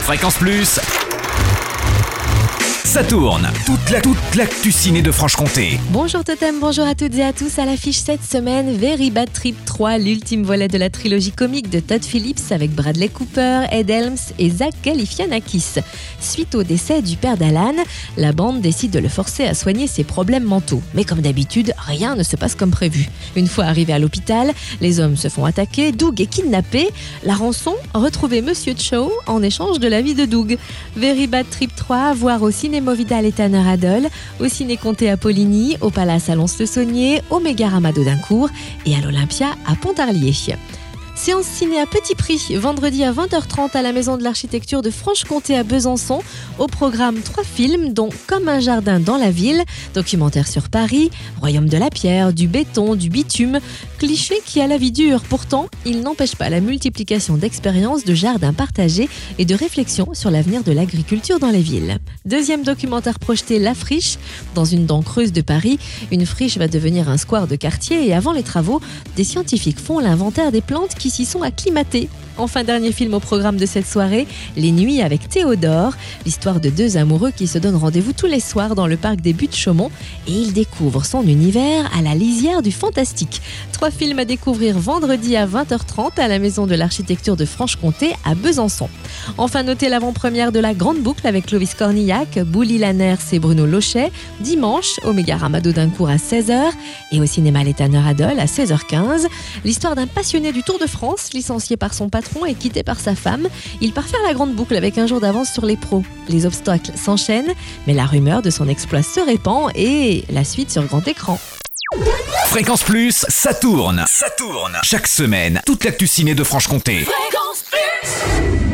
Fréquence Plus, ça tourne. Toute l'actu ciné de Franche-Comté. Bonjour Totem, bonjour à toutes et à tous. À l'affiche cette semaine, Very Bad Trip 3, l'ultime volet de la trilogie comique de Todd Phillips avec Bradley Cooper, Ed Helms et Zach Galifianakis. Suite au décès du père d'Alan, la bande décide de le forcer à soigner ses problèmes mentaux. Mais comme d'habitude, rien ne se passe comme prévu. Une fois arrivé à l'hôpital, les hommes se font attaquer, Doug est kidnappé. La rançon, retrouver Monsieur Chow en échange de la vie de Doug. Very Bad Trip 3, à voir au cinéma Vidal et Tanner Adol, au Ciné Comté à Poligny, au Palace à Lons-le-Saunier, au Mégarama d'Audincourt et à l'Olympia à Pontarlier. Séance ciné à petit prix, vendredi à 20h30 à la Maison de l'Architecture de Franche-Comté à Besançon. Au programme 3 films, dont Comme un jardin dans la ville, documentaire sur Paris, Royaume de la pierre, du béton, du bitume, cliché qui a la vie dure. Pourtant, il n'empêche pas la multiplication d'expériences, de jardins partagés et de réflexions sur l'avenir de l'agriculture dans les villes. Deuxième documentaire projeté, La Friche. Dans une dent creuse de Paris, une friche va devenir un square de quartier et avant les travaux, des scientifiques font l'inventaire des plantes qui s'y sont acclimatés. Enfin, dernier film au programme de cette soirée, Les Nuits avec Théodore, l'histoire de deux amoureux qui se donnent rendez-vous tous les soirs dans le parc des Buttes-Chaumont et ils découvrent son univers à la lisière du fantastique. 3 films à découvrir vendredi à 20h30 à la Maison de l'Architecture de Franche-Comté à Besançon. Enfin, notez l'avant-première de La Grande Boucle avec Clovis Cornillac, Bouli Lanners et Bruno Lochet, dimanche au Mégarama d'Audincourt à 16h et au cinéma Les Tanner Adol à 16h15. L'histoire d'un passionné du Tour de France, licencié par son patron et quitté par sa femme, il part faire la grande boucle avec un jour d'avance sur les pros. Les obstacles s'enchaînent, mais la rumeur de son exploit se répand et la suite sur grand écran. Fréquence Plus, ça tourne. Chaque semaine, toute l'actu ciné de Franche-Comté. Fréquence Plus.